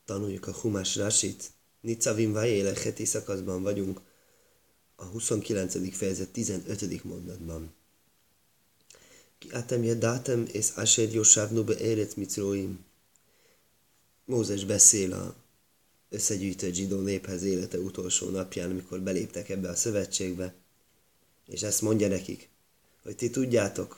Tanuljuk a Humás Rasit. Nicavim Vajéle heti szakaszban vagyunk, a 29. fejezet 15. mondatban. Ki atem jedátem és asher yoshavnu be'eretz Mitzroim. Mózes beszél a összegyűjtött zsidó néphez élete utolsó napján, amikor beléptek ebbe a szövetségbe, és ezt mondja nekik, hogy ti tudjátok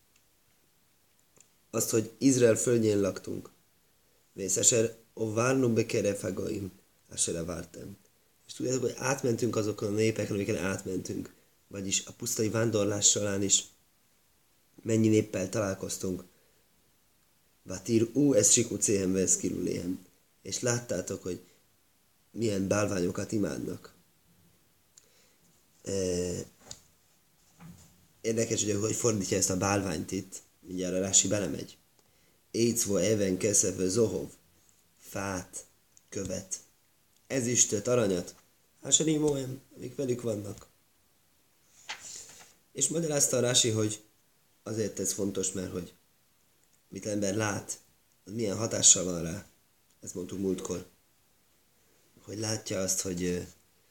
azt, hogy Izrael földjén laktunk. Vész asher ovárnu bekerefagaim, asher vártem. És tudjátok, hogy átmentünk azokon a népeken, amiken átmentünk. Vagyis a pusztai vándorlás során is mennyi néppel találkoztunk. Vatir ez sikucéhem veszkiluléhem. És láttátok, hogy milyen bálványokat imádnak. Érdekes, hogy fordítja ezt a bálványt itt. Mindjárt a Rási belemegy. Écvo even keszeve zohov. Fát, követ, ezüstöt, aranyat. Hásarimóem, amik velük vannak. És magyarázta a Rási, hogy azért ez fontos, mert hogy mit ember lát, az milyen hatással van rá. Ezt mondtuk múltkor. Hogy látja azt, hogy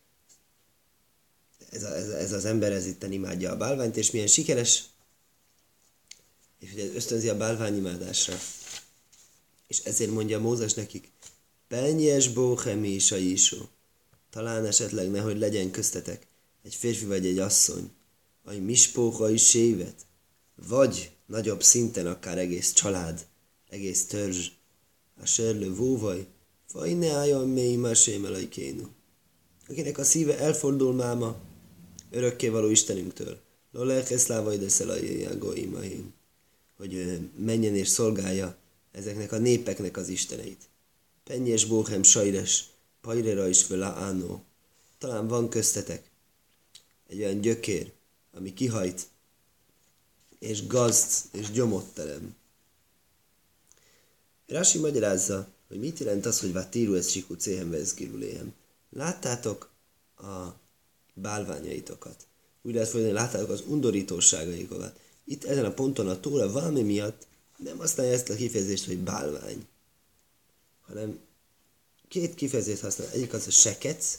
ez az ember ez itten imádja a bálványt, és milyen sikeres, és hogy ez ösztönzi a bálványimádásra. És ezért mondja Mózes nekik, Penyes bóhemi is a jísó. Talán esetleg nehogy legyen köztetek egy férfi vagy egy asszony, ami mispóha is sévet, vagy nagyobb szinten akár egész család, egész törzs, a sörlő vóvaj, vagy ne álljon mély mesém elajkénu. Akinek a szíve elfordul máma, örökkévaló Istenünktől, lolelkeszlávai deszelajjágóimaim, hogy menjen és szolgálja ezeknek a népeknek az isteneit. Penyes bóhem sajres, pajrera is vele ánó. Talán van köztetek egy olyan gyökér, ami kihajt, és gazd, és gyomot terem. Rási magyarázza, hogy mit jelent az, hogy vátíru ez sikú céhem vezgiruléhem. Láttátok a bálványaitokat. Úgy lehet fordítani, láttátok az undorítóságaitokat. Itt ezen a ponton a Tóra valami miatt nem használja ezt a kifejezést, hogy bálvány, hanem két kifejezést használ. Egyik az a sekec,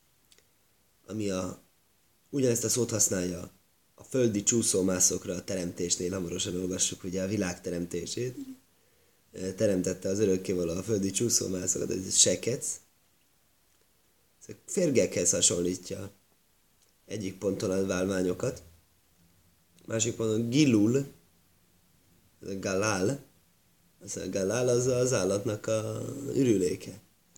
ami ugyanezt a szót használja a földi csúszómászokra a teremtésnél. Hamarosan olvassuk ugye a világ teremtését. Teremtette az örökkévaló a földi csúszómászokat, ez sekec. Ez férgekhez hasonlítja egyik ponton a bálványokat. Másik ponton gilul, ez a galál, a galál az állatnak a ürüléke.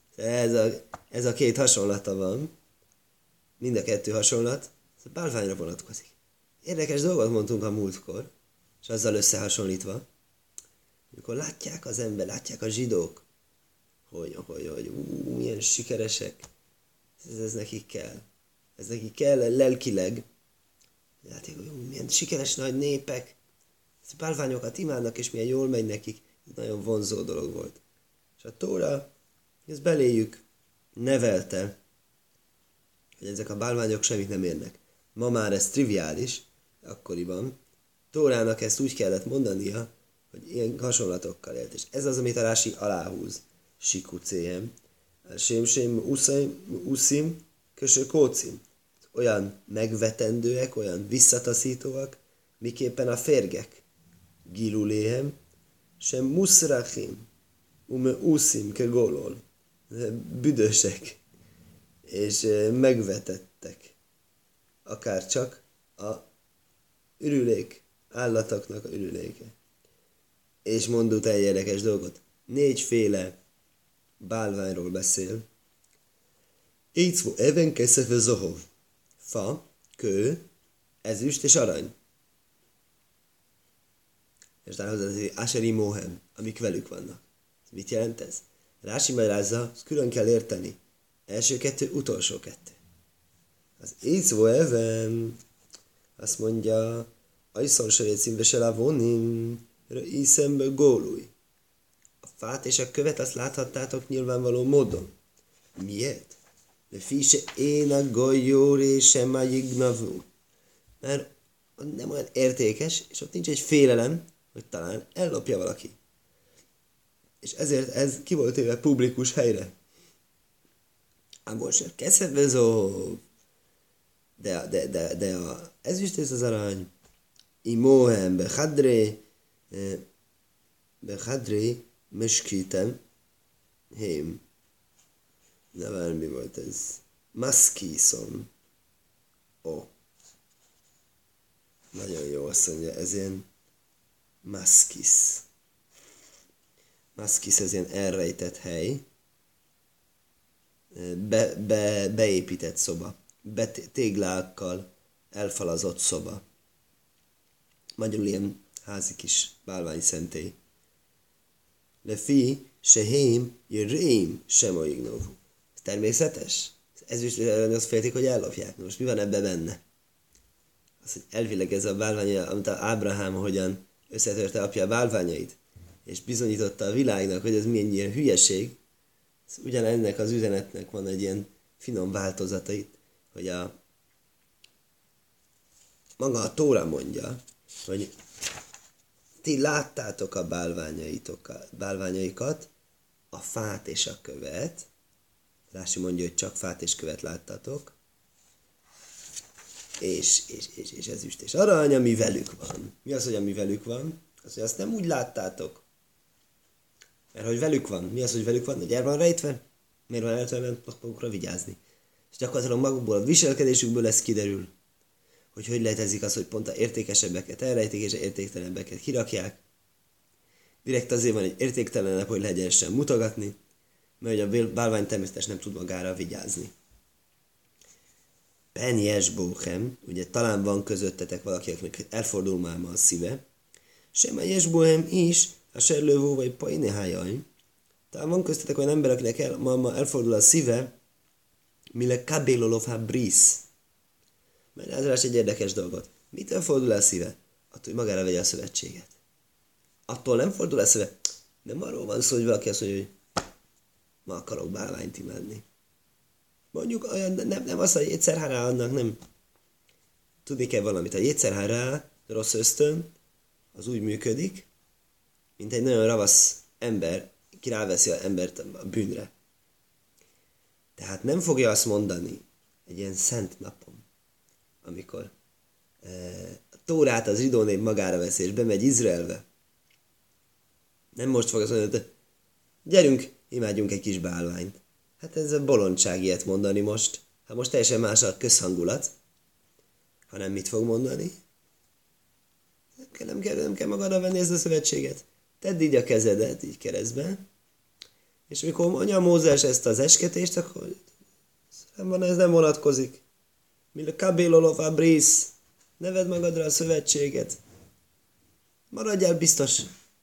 Ez a két hasonlata van, mind a kettő hasonlat, ez a bálványra vonatkozik. Érdekes dolgot mondtunk a múltkor, és azzal összehasonlítva, amikor látják az ember, látják a zsidók, hogy milyen sikeresek, ez nekik kell. Ez nekik kell lelkileg. Látják, hogy milyen sikeres nagy népek, ez a bálványokat imádnak, és milyen jól megy nekik. Ez nagyon vonzó dolog volt. És a Tóra, ez beléjük nevelte, hogy ezek a bálványok semmit nem érnek. Ma már ez triviális, akkoriban. Tórának ezt úgy kellett mondania, hogy ilyen hasonlatokkal élt. És ez az, amit a Rási aláhúz. Sikucéhem. Sém uszim, kösö kócim. Olyan megvetendőek, olyan visszataszítóak, miképpen a férgek. Giluléhem, sem muszrachim, uszim, kegolol. Büdösek. És megvetettek. Akár csak a ürülék, állatoknak a ürüléke. És mondott egy érdekes dolgot. 4 féle bálványról beszél. Écvó even keszefe zohov. Fa, kő, ezüst és arany. És rához az aseri mohem, amik velük vannak. Mit jelent ez? Rási magyarázza, ezt külön kell érteni. Első 2, utolsó 2. Az écvó even azt mondja, ajszon serécim vesel vonim, iszembe gólúj. A fát és a követ azt láthattátok nyilvánvaló módon. Miért? De fise én a golyóri sem a jignavú. Mert nem olyan értékes, és ott nincs egy félelem, hogy talán ellopja valaki. És ezért ez ki volt éve publikus helyre. Most keszedvezó, de a ezüst és az arany, imóhem behadré, meskítem, hém. Na várj, mi volt ez? Maszkiszon. Ó. Nagyon jó azt mondja, ez ilyen maszkisz. Maszkisz, ez ilyen elrejtett hely. Beépített szoba. Téglákkal elfalazott szoba. Magyarul ilyen házi kis bálványszentély. Lefi, sehém, jöreim, sem oignóvú. Ez természetes? Ez is azt féltik, hogy ellopják. Most mi van ebben benne? Az, hogy elvileg ez a bálvány, amit Ábrahám hogyan összetörte apja bálványait, és bizonyította a világnak, hogy ez milyen ilyen hülyeség, ugyanennek az üzenetnek van egy ilyen finom változata itt, hogy maga a Tóra mondja, hogy ti láttátok a bálványaikat, a fát és a követ. Rási mondja, hogy csak fát és követ láttatok. És ezüst és arany, ami velük van. Mi az, hogy ami velük van? Az, hogy azt nem úgy láttátok. Mert hogy velük van. Mi az, hogy velük van? Hogy el van rejtve? Miért van rejtve? Mert magukra vigyázni. És gyakorlatilag magukból, a viselkedésükből ez kiderül. Hogy lehetezik az, hogy pont a értékesebbeket elrejtik, és az értéktelenebbeket kirakják. Direkt azért van egy értéktelenebb, hogy lehessen mutogatni, mert hogy a bálvány természetesen nem tud magára vigyázni. Ben jesbóhem, ugye talán van közöttetek valaki, akinek elfordul már ma a szíve. Sem a jesbóhem is, a serlővó vagy pajnéhájaj. Talán van köztetek olyan ember, akinek ma elfordul a szíve, mille kabélolov brisz. Mert ez egy érdekes dolgot. Mitől fordul el a szíve? Attól, hogy magára vegye a szövetséget. Attól nem fordul el a szíve. Nem arról van szó, hogy valaki azt mondja, hogy ma akarok bálványt imádni. Mondjuk olyan, nem azt, hogy jétszerhárá annak nem. Tudni kell valamit. A jétszerhárá, rossz ösztön, az úgy működik, mint egy nagyon ravasz ember, ki ráveszi az embert a bűnre. Tehát nem fogja azt mondani egy ilyen szent napon, amikor a Tórát az zsidó nép magára veszi, és bemegy Izraelbe. Nem most fog azt mondani, hogy gyerünk, imádjunk egy kis bálványt. Hát ez a bolondság ilyet mondani most. Hát most teljesen más a közhangulat. Hanem mit fog mondani? Nem kell magadra venni ezt a szövetséget. Tedd így a kezedet, így keresztbe. És mikor mondja Mózes ezt az esketést, akkor ez nem vonatkozik. Mille kabélolov a brisz. Ne vedd magadra a szövetséget. Maradjál biztos.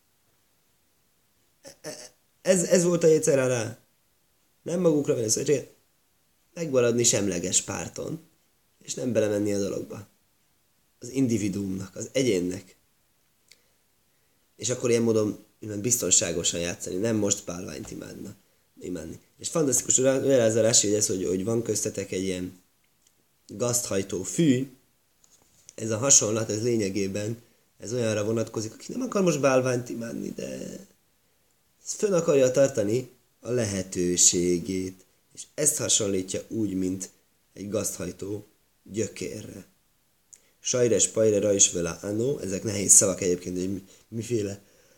Ez volt a jétszerhárá. Nem magukra venni a szövetséget. Megmaradni semleges párton. És nem belemenni a dologba. Az individuumnak, az egyénnek. És akkor ilyen módon biztonságosan játszani. Nem most bálványt imádni. És fantasztikus, hogy ez a rási, hogy van köztetek egy ilyen gazthajtó fű. Ez a hasonlat, ez lényegében, ez olyanra vonatkozik, aki nem akar most bálványt imádni, de fönn akarja tartani a lehetőségét. És ezt hasonlítja úgy, mint egy gazthajtó gyökérre. Sajres, pajre, rajs, vele, anó, ezek nehéz szavak egyébként, hogy miféle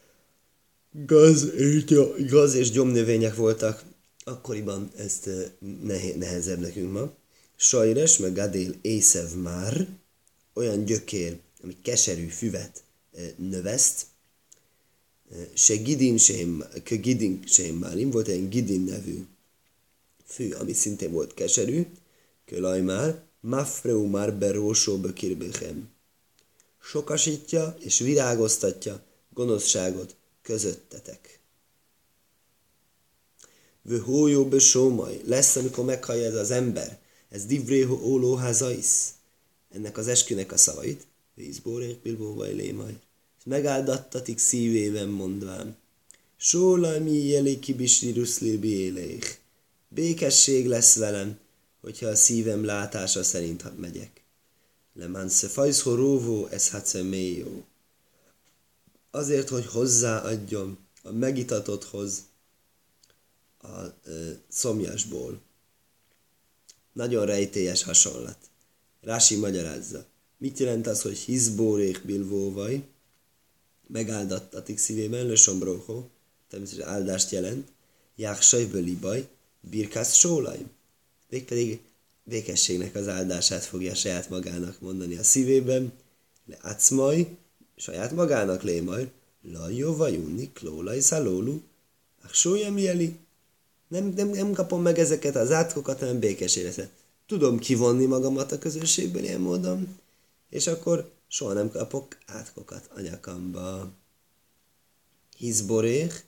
gaz és gyomnövények voltak. Akkoriban ezt nehezebb nekünk ma. Sajres, meg gadél, észev már, olyan gyökér, ami keserű füvet növeszt. Se gidin, se málim, volt egy gidin nevű fű, ami szintén volt keserű. Kölaj már, mafreu már berósó bekirbechem. Sokasítja és virágoztatja gonoszságot közöttetek. Vöhójó besómaj, lesz, amikor meghallja ez az ember, ez divrého ólóházaisz, ennek az eskünek a szavait, vízbórék, bilbóvaj, lémaj, és megáldattatik szívében mondván, sólami jeléki bisriruszlirbi élék, békesség lesz velem, hogyha a szívem látása szerint megyek. Lemánsze fajszho róvó, ez hatsze mélyó. Azért, hogy hozzáadjon a megitatotthoz a szomjasból. Nagyon rejtélyes hasonlat. Rási magyarázza. Mit jelent az, hogy hiszbórék bilvóvaj, megáldattatik szívében, lösombróhó, természetesen áldást jelent, jáksajből libaj, birkász sólaj. Végpedig békességnek az áldását fogja saját magának mondani a szívében, le acmaj, saját magának lémaj, lajó vajunni, klólaj szalólu, aksólyam jeli. Nem kapom meg ezeket az átkokat, hanem békességre. Tudom kivonni magamat a közösségből ilyen módon, és akkor soha nem kapok átkokat a nyakamba. Hiszborék,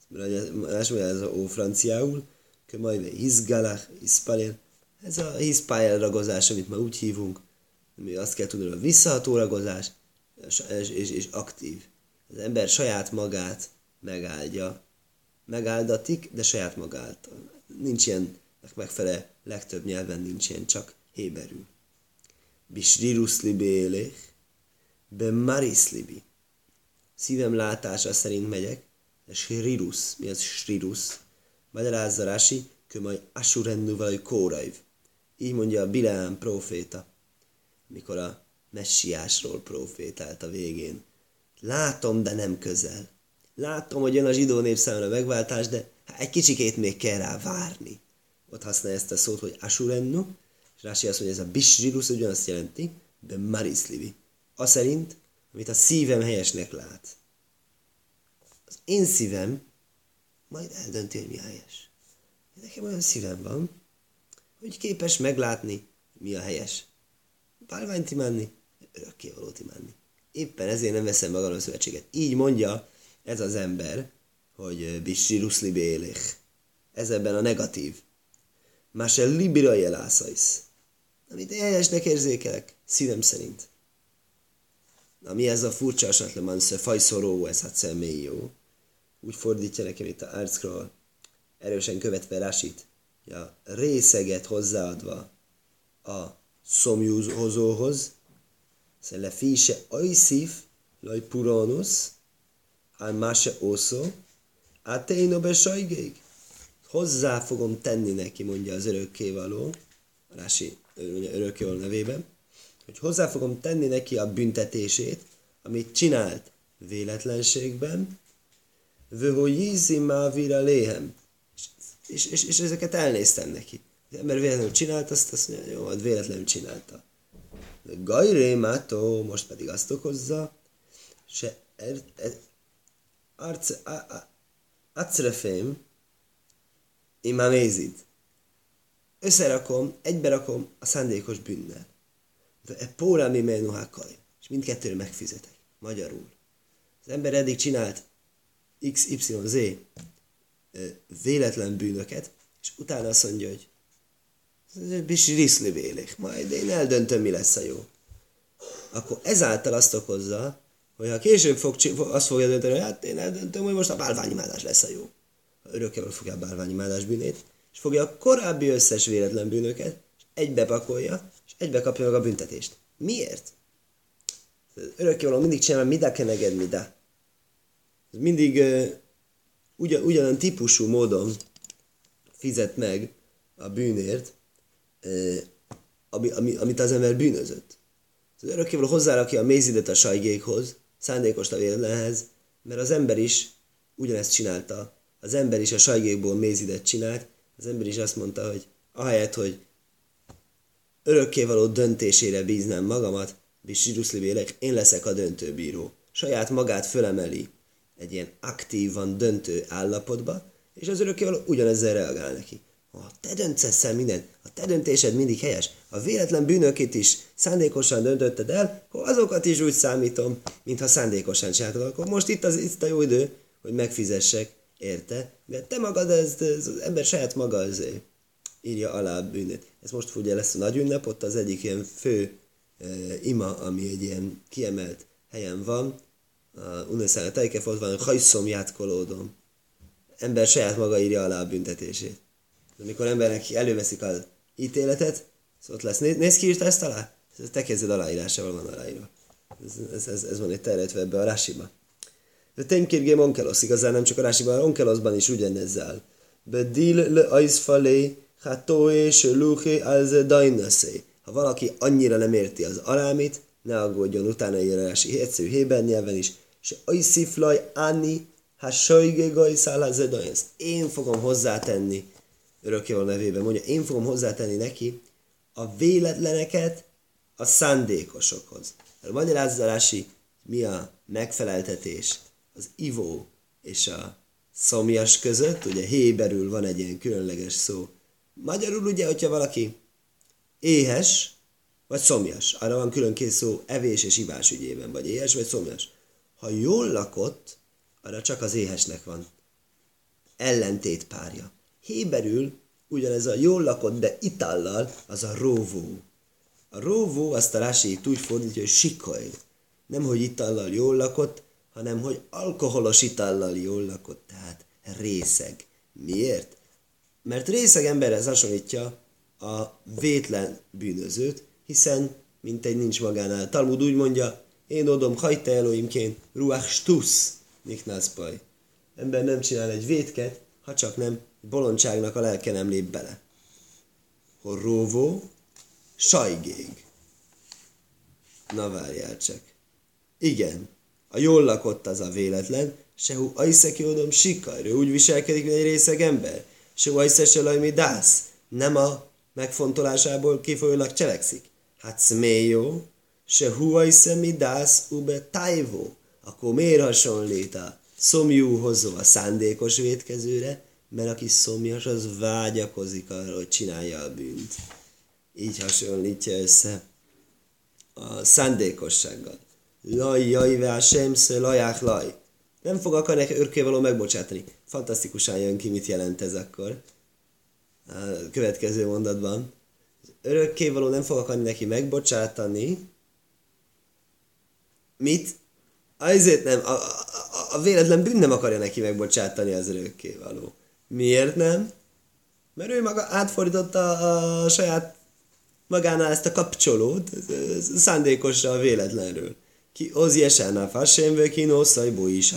ez a ófranciául, majd hiszgalach, hiszpalén, ez a hiszpályel ragozás, amit ma úgy hívunk, ami azt kell tudni, hogy visszaható ragozás, és aktív. Az ember saját magát megáldja, megáldatik, de saját magától. Nincs ilyen, megfelelő, legtöbb nyelven nincs ilyen, csak héberül. Bisrirus libi élech, be maris libi. Szívem látása szerint megyek, de srirus, mi az srirus? Magyarázza Rási, kömaj asurennu valaj kórajv. Így mondja a Bileám próféta, mikor a messiásról prófétált a végén. Látom, de nem közel. Látom, hogy jön a zsidó nép számára megváltás, de egy kicsikét még kell rá várni. Ott használja ezt a szót, hogy asurennu, és Rási azt mondja, ez a bisrirus ugyanazt jelenti, de marislivi. Az szerint, amit a szívem helyesnek lát. Az én szívem majd eldönti, hogy mi a helyes. Nekem olyan szívem van, hogy képes meglátni, mi a helyes. Bálványt imádni, örökkévalót imádni. Éppen ezért nem veszem magamra a szövetséget. Így mondja ez az ember, hogy bisrirus libi élech. Ez ebben a negatív. Máse libira jelászaisz. Amit én helyesnek érzékelek, szívem szerint. Na mi ez a furcsa asatleman, fajszoró, ez hát személy jó. Úgy fordítja nekem itt a Artscroll, erősen követve Rásit, a részeget hozzáadva a szomjúhozóhoz, le fise ajszív, laj purónusz, ál máse ószó, ál teino be sajgéig. Hozzá fogom tenni neki, mondja az örökkévaló, Rási örökkévaló nevében, hogy hozzá fogom tenni neki a büntetését, amit csinált véletlenségben, vöhojízi mávira léhem. És ezeket elnéztem neki. Az ember véletlenül csinált, azt mondja, jó, hát véletlenül csinálta. De gajré mátó, most pedig azt okozza, se acrefém imamézid. Összerakom, egyberakom a szándékos bűnnel. De e pórami menuhákaj. És mindkettőre megfizetek. Magyarul. Az ember eddig csinált XYZ véletlen bűnöket, és utána azt mondja, hogy majd én eldöntöm, mi lesz a jó. Akkor ezáltal azt okozza, hogy ha később azt fogja dönteni, hogy hát én eldöntöm, hogy most a bálványimádás lesz a jó. Örökkévaló fogja a bálványimádás bűnét, és fogja a korábbi összes véletlen bűnöket, és egybe pakolja, és egybe kapja meg a büntetést. Miért? Örökkévaló mindig csinál, midá keneged midá. Mindig ugyanolyan típusú módon fizet meg a bűnért, amit az ember bűnözött. Az örökkévaló hozzárakja a mézidet a sajgékhoz, szándékos a véletlenhez, mert az ember is ugyanezt csinálta. Az ember is a sajgékból mézidet csinált, az ember is azt mondta, hogy ahelyett, hogy örökkévaló döntésére bíznám magamat, én leszek a döntőbíró. Saját magát fölemeli egy ilyen aktívan döntő állapotba, és az örökkévaló ugyanezzel reagál neki. Ha te döntesz el mindent, a te döntésed mindig helyes, a véletlen bűnökét is szándékosan döntötted el, akkor azokat is úgy számítom, mintha szándékosan csináltad, akkor most itt a jó idő, hogy megfizessek, érte? De te magad, ez az ember saját maga azért írja alá a bűnét. Ez most ugye lesz a nagy ünnep, ott az egyik ilyen fő ima, ami egy ilyen kiemelt helyen van, a Uneszára Tejkef, ott van, hogy hajszom játkolódom. Ember saját maga írja alá a büntetését. Amikor embernek előveszik az ítéletet, szóval ott lesz. Nézd ki, írta ezt alá? Ez te kezded aláírásával van aláírva. Ez van egy terjedve ebbe a Rásiba. De ténykérgém onkelosz, igazán nem csak a Rásiban, a onkeloszban is ugyanezzel. Bedil le aizfalé, hatoé, sölúché, az dajnaszé. Ha valaki annyira nem érti az arámit, ne aggódjon, utána írási egyszerű héber nyelven is. Se ajsziflaj, áni, ha sajgé gajszál, az dajnsz. Én fogom hozzátenni, örökkévaló nevében mondja, én fogom hozzátenni neki a véletleneket a szándékosokhoz. Magyarázza Rási, mi a megfeleltetés az ivó és a szomjas között, ugye héberül van egy ilyen különleges szó. Magyarul ugye, hogyha valaki éhes, vagy szomjas, arra van külön két szó evés és ivás ügyében, vagy éhes, vagy szomjas. Ha jól lakott, arra csak az éhesnek van ellentétpárja. Héberül ugyanez a jól lakott, de itallal, az a róvó. A róvó azt a Rási úgy fordítja, hogy sikajl. Nem, hogy itallal jól lakott, hanem, hogy alkoholos itallal jól lakott, tehát részeg. Miért? Mert részeg emberhez hasonlítja a vétlen bűnözőt, hiszen mintegy nincs magánál. Talmud úgy mondja, én odom hajta Elohimként, ruach stusz, niknászpaj. Ember nem csinál egy vétket, ha csak nem bolondságnak a lelke nem lép bele. Hol róvó, sajgég. Na várjál csak. Igen, a jól lakott az a véletlen, sehu ajszeki odom sikajr, úgy viselkedik, mint egy részeg ember. Sehu ajszese lajmi dász, nem a megfontolásából kifolyólag cselekszik. Hát szméjó, sehu ajszemi dász ube tájvó. Akkor miért hasonlít a szomjú hozó a szándékos vétkezőre? Mert aki szomjas, az vágyakozik arra, hogy csinálja a bűnt. Így hasonlítja össze a szándékossággal. Laj, jajvá, semsze, laják, laj. Nem fog akarni örökkévaló megbocsátani. Fantasztikusan jön ki, mit jelent ez akkor. A következő mondatban. Az örökkévaló nem fog akarni neki megbocsátani. Mit? Azért nem. A véletlen bűn nem akarja neki megbocsátani az örökkévaló. Miért nem? Mert ő maga átfordította a saját magánál ezt a kapcsolót, szándékosra a véletlenről. Ki oz jesánáf hasem vökinó szajbó is,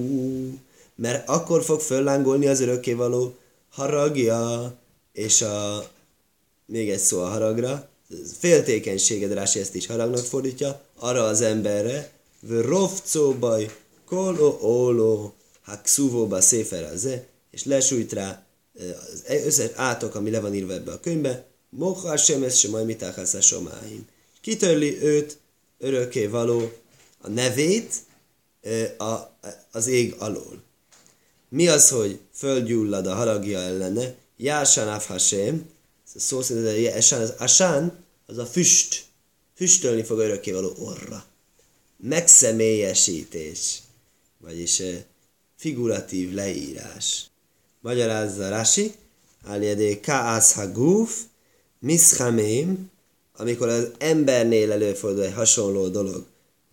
mert akkor fog föllángolni az örökkévaló haragja, és még egy szó a haragra, féltékenységed, Rási ezt is haragnak fordítja, arra az emberre, vrovcóbaj, kolo óló, hakszúvóba széferáze, és lesújt rá az összes átok, ami le van írva ebbe a könyvbe, moha semes se majd mitáhász a somáim. Kitörli őt örökkévaló a nevét az ég alól. Mi az, hogy földgyullad a haragja ellene? Jásán Hashem, szó szerint az asán, az a füst. Füstölni fog örökkévaló orra. Megszemélyesítés, vagyis figuratív leírás. Magyarázza Rási, áljadé káász hagúf, miszhamém, amikor az embernél előfordul egy hasonló dolog,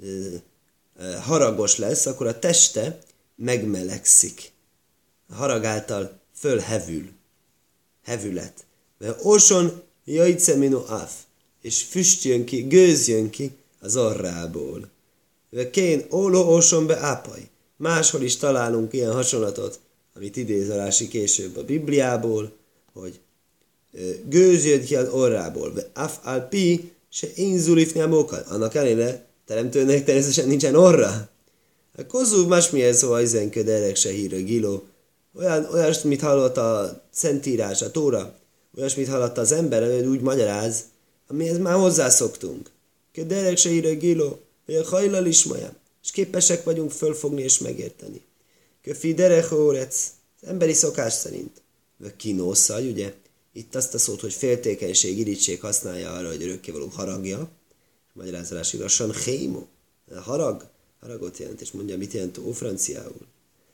haragos lesz, akkor a teste megmelegszik. A harag által fölhevül. Hevület. Mert oson jajcemino af, és füst jön ki, gőz jön ki az orrából. Kén óló oson be ápaj. Máshol is találunk ilyen hasonlatot, amit idéz a Rási később a Bibliából, hogy gőz jön ki az orrából. Af alpi se inzulifni a mókat. Annak ellenére teremtőnek természetesen nincsen orra. A kozú másmilyen szó ajzenköd erek se hírő giló. Olyasmit hallott a Szentírás, a Tóra, olyasmit hallott az ember, hogy úgy magyaráz, amihez már hozzászoktunk. Köderek se hírő giló, vagy a hajlal is majám, és képesek vagyunk fölfogni és megérteni. Köfi derek órec, az emberi szokás szerint. Vagy kinószaj, ugye? Itt azt a szót, hogy féltékenység, irítség használja arra, hogy örökkévaló haragja. Magyarázás igazsan hémo. Haragot jelent, és mondja, mit jelent ófranciául.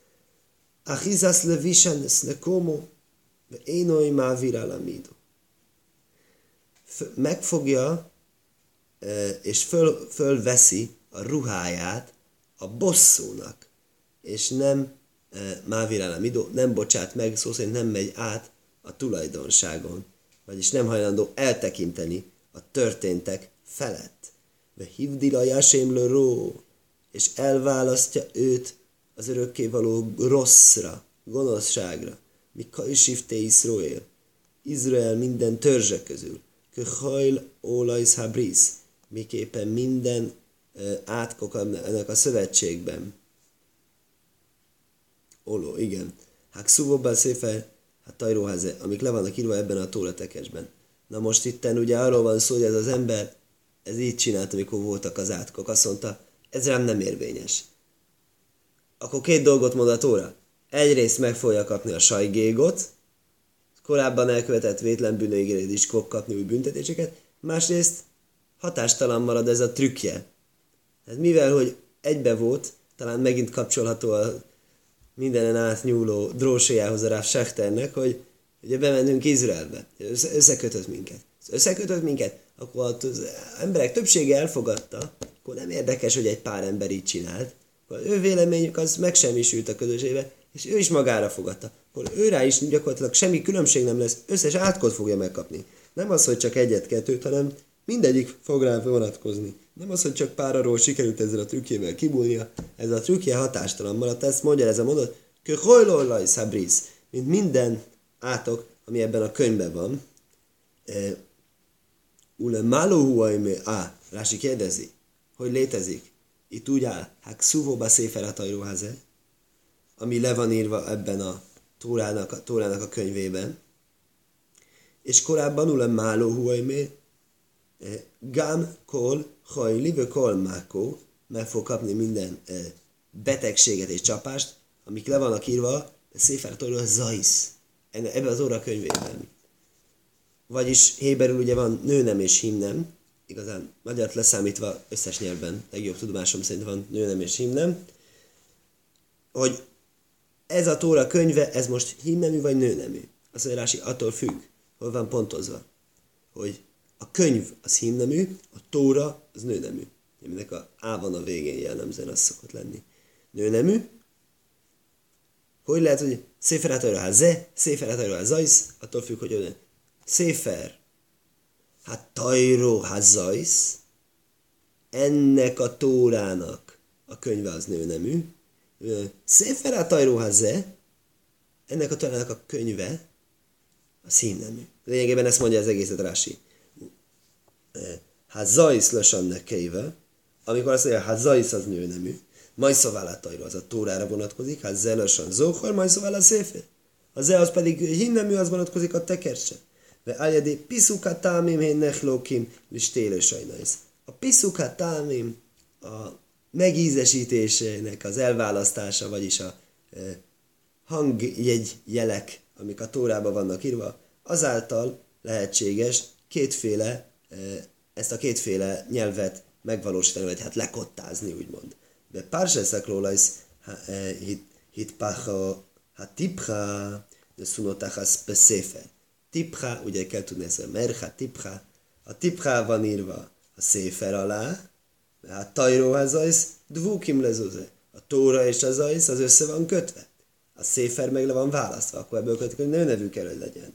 Achizas levisan snekomo, ve énoi mávir alamido. Megfogja, és fölveszi a ruháját a bosszúnak, és nem mávir alamido, nem bocsát meg, szó szerint nem megy át a tulajdonságon, vagyis nem hajlandó eltekinteni a történtek felett. Ve hívdila jásémlő ró, és elválasztja őt az örökkévaló rosszra, gonoszságra, mi kajsifte Iszrael, Izrael minden törzse közül, köhajl olajsz habrisz, miképpen minden átkok ennek a szövetségben. Oló, igen. Hát szuvóban széfer, hát tajróháze, amik le vannak írva ebben a tóratekesben. Na most itten ugye arról van szó, hogy ez az ember, ez így csinált, amikor voltak az átkok. Azt mondta, ez rám nem érvényes. Akkor két dolgot mond a Tóra. Egyrészt meg fogja kapni a sajgégot, korábban elkövetett vétlen bűnöigére is fog kapni új büntetéseket, másrészt hatástalan marad ez a trükkje. Hát mivel, hogy egybe volt, talán megint kapcsolható a mindenen átnyúló dróséjához a Rav Schechternek, hogy ugye bemennünk Izraelbe. Összekötött minket. Összekötött minket, akkor az emberek többsége elfogadta, akkor nem érdekes, hogy egy pár ember így csinált. Akkor ő véleményük az megsemmisült a közösségbe, és ő is magára fogadta. Akkor őrá is gyakorlatilag semmi különbség nem lesz, összes átkot fogja megkapni. Nem az, hogy csak egyet-kettőt, hanem mindegyik fog rá vonatkozni. Nem az, hogy csak páraról sikerült ezzel a trükkjével kibúlnia, ez a trükkje hatástalan maradt, ezt mondja ez a mondat, köhojlóllaj szabrisz, mint minden átok, ami ebben a könyvben van. Ule malóhuajmé, Rási kérdezi, hogy létezik. Itt úgy áll, hát szuvóba széferatajróháze, ami le van írva ebben a Tórának a könyvében. És korábban ule malóhuajmé, gám kol hajli, vagy kol mákó, meg fog kapni minden betegséget és csapást, amik le vannak írva a széferatajró zaisz, ebben az óra könyvében. Vagyis héberül ugye van nőnem és himnem, igazán magyart leszámítva összes nyelvben, legjobb tudomásom szerint van nőnem és himnem, hogy ez a Tóra könyve, ez most himnemű vagy nőnemű. Azt mondja Rási, attól függ, hol van pontozva, hogy a könyv az himnemű, a Tóra az nőnemű. Aminek a A van a végén jellemzően, az szokott lenni. Nőnemű. Hogy lehet, hogy széferátajra háze, széferátajra házajsz, attól függ, hogy széfer, hát tajró házajsz, ennek a Tórának a könyve az nőnemű. Széferátajró háze, ennek a Tórának a könyve az himnemű. Lényegében ezt mondja az egészet Rási. Hazaisz lösannek kéve, amikor azt mondja, hazaisz az nőnemű, majd szoválátajra az a Tórára vonatkozik, ha zelösan zóhor, majd szoválá széfer. A ze az pedig himnemű, az vonatkozik a tekercse. Ve ágyadé piszuka támim hén nechlókim, listélő sajnaisz. A piszuka támim, a megízesítésének az elválasztása, vagyis a hangjegyjelek, amik a Tórában vannak írva, azáltal lehetséges ezt a kétféle nyelvet megvalósítani, vagy hát lekottázni, úgymond. De párseszek róla is hitpacha, hát tipcha, de szunotachas beszéfer. Tipcha, ugye kell tudni ezt, merha tipcha. A tipcha van írva a széfer alá, hát tajróház ajsz, dvúkim lezúze. A Tóra és az ajsz, az össze van kötve. A széfer meg le van választva, akkor ebből kötök, hogy nőnevű kell, hogy legyen.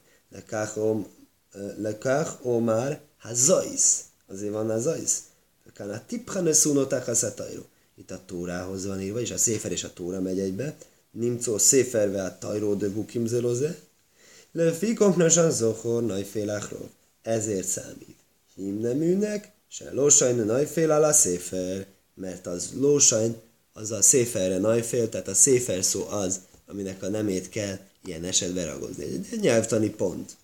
Lekach omar hazajsz. Azért van hazajsz. A tipcha ne szunotachas a tajró. Itt a Tórához van írva, és a széfer és a Tóra megy egybe. Nimcó széferve a tajró de bukim zeloze. Le fikomnasan zohor najfélachról. Ezért számít himneműnek, se lósajn najfél alá széfer, mert az lósajn, az a széferre najfél, tehát a széfer szó az, aminek a nemét kell ilyen esetben ragozni. Egy nyelvtani pont.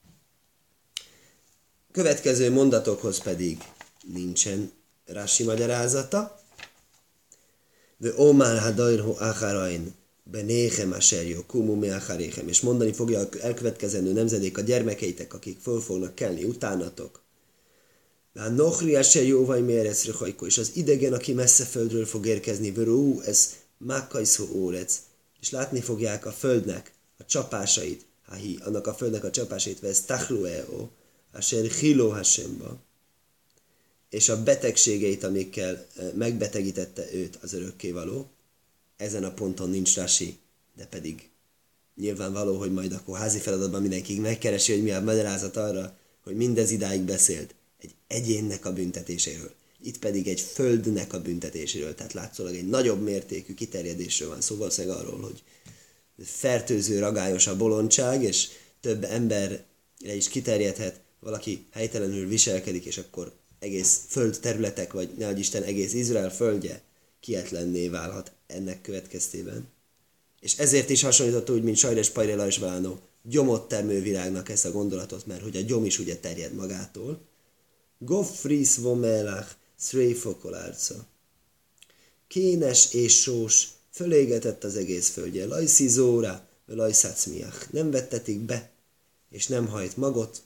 Következő mondatokhoz pedig nincsen Rási magyarázata. De Omar hadajrho acharain benéhem aserjó kumumi acharéhem, és mondani fogja a elkövetkezendő nemzedék a gyermekeitek, akik föl fognak kelni utánatok. De nohri aserjó vagy méreszre hajkó, és az idegen, aki messze földről fog érkezni, vörú, ez mákkajszó órec, és látni fogják a földnek a csapásait, annak a földnek a csapásait, vesz tachlueo, aser hilo hasemba, és a betegségeit, amikkel megbetegítette őt az örökkévaló. Ezen a ponton nincs Rási, de pedig nyilvánvaló, hogy majd akkor házi feladatban mindenki megkeresi, hogy mi a magyarázat arra, hogy mindez idáig beszélt egy egyénnek a büntetéséről. Itt pedig egy földnek a büntetéséről, tehát látszólag egy nagyobb mértékű kiterjedésről van szó, valószínűleg arról, hogy fertőző, ragályos a bolondság, és több emberre is kiterjedhet, valaki helytelenül viselkedik, és akkor egész földterületek, vagy nehogy Isten egész Izrael földje kietlenné válhat ennek következtében. És ezért is hasonlított úgy, mint Sajres Pajre Lajsválnó, gyomot termő virágnak ezt a gondolatot, mert hogy a gyom is ugye terjed magától. Goffris vomelach szréfokolárca. Kénes és sós, fölégetett az egész földje. Lajszi zóra, lajszácmiach. Nem vettetik be, és nem hajt magot,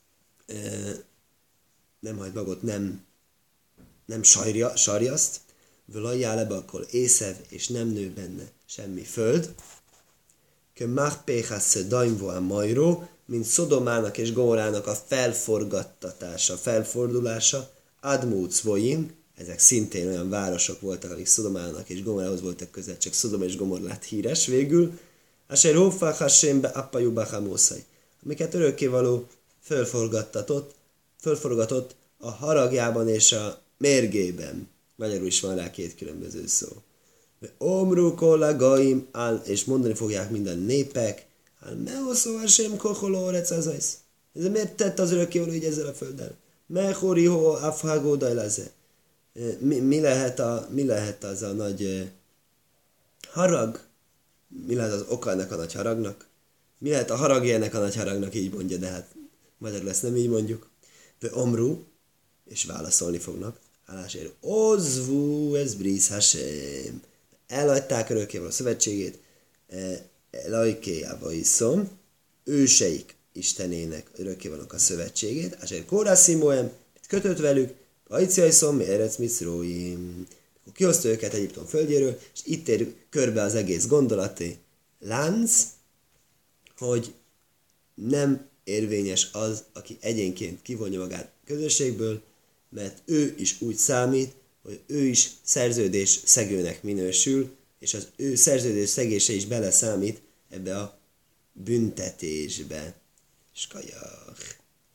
nem sarjaszt, völajjál ebbe akkor észev, és nem nő benne semmi föld. Kömachpéhasz daimvo a majró, mint Szodomának és Gomorának a felforgattatása, felfordulása, Admúc Voim, ezek szintén olyan városok voltak, akik Szodomának és Gomorához voltak közel, csak Szodoma és Gomor lett híres végül, Asher Hófach Hasémbe Appajúba Hamószai, amiket örökkévaló fölforgatott a haragjában és a mérgében. Magyarul is van rá két különböző szó. Omru kollagaim áll, és mondani fogják minden népek, áll mehoszó Hashem kocholó recazajsz. Ez miért tett az örökkévaló így ezzel a földdel? Mechori ho afhagó dajlaze. Mi lehet az a nagy harag? Mi lehet az oka ennek a nagy haragnak? Mi lehet a haragja ennek a nagy haragnak, így mondja, de hát magyarul ezt nem így mondjuk. De omru, és válaszolni fognak. Állásért, ozvú, ez bríz Hashem. Elhagyták örökkévaló szövetségét, lajkéjába iszom, őseik istenének örökkévalók a szövetségét, Asher Kóraszimoem, kötött velük, Ajciaiszom, mi erec Miszróim. Akkor kihozta őket Egyiptom földjéről, és itt ér körbe az egész gondolati lánc, hogy nem érvényes az, aki egyénként kivonja magát közösségből, mert ő is úgy számít, hogy ő is szerződés szegőnek minősül, és az ő szerződés szegése is beleszámít ebbe a büntetésbe. Skajach.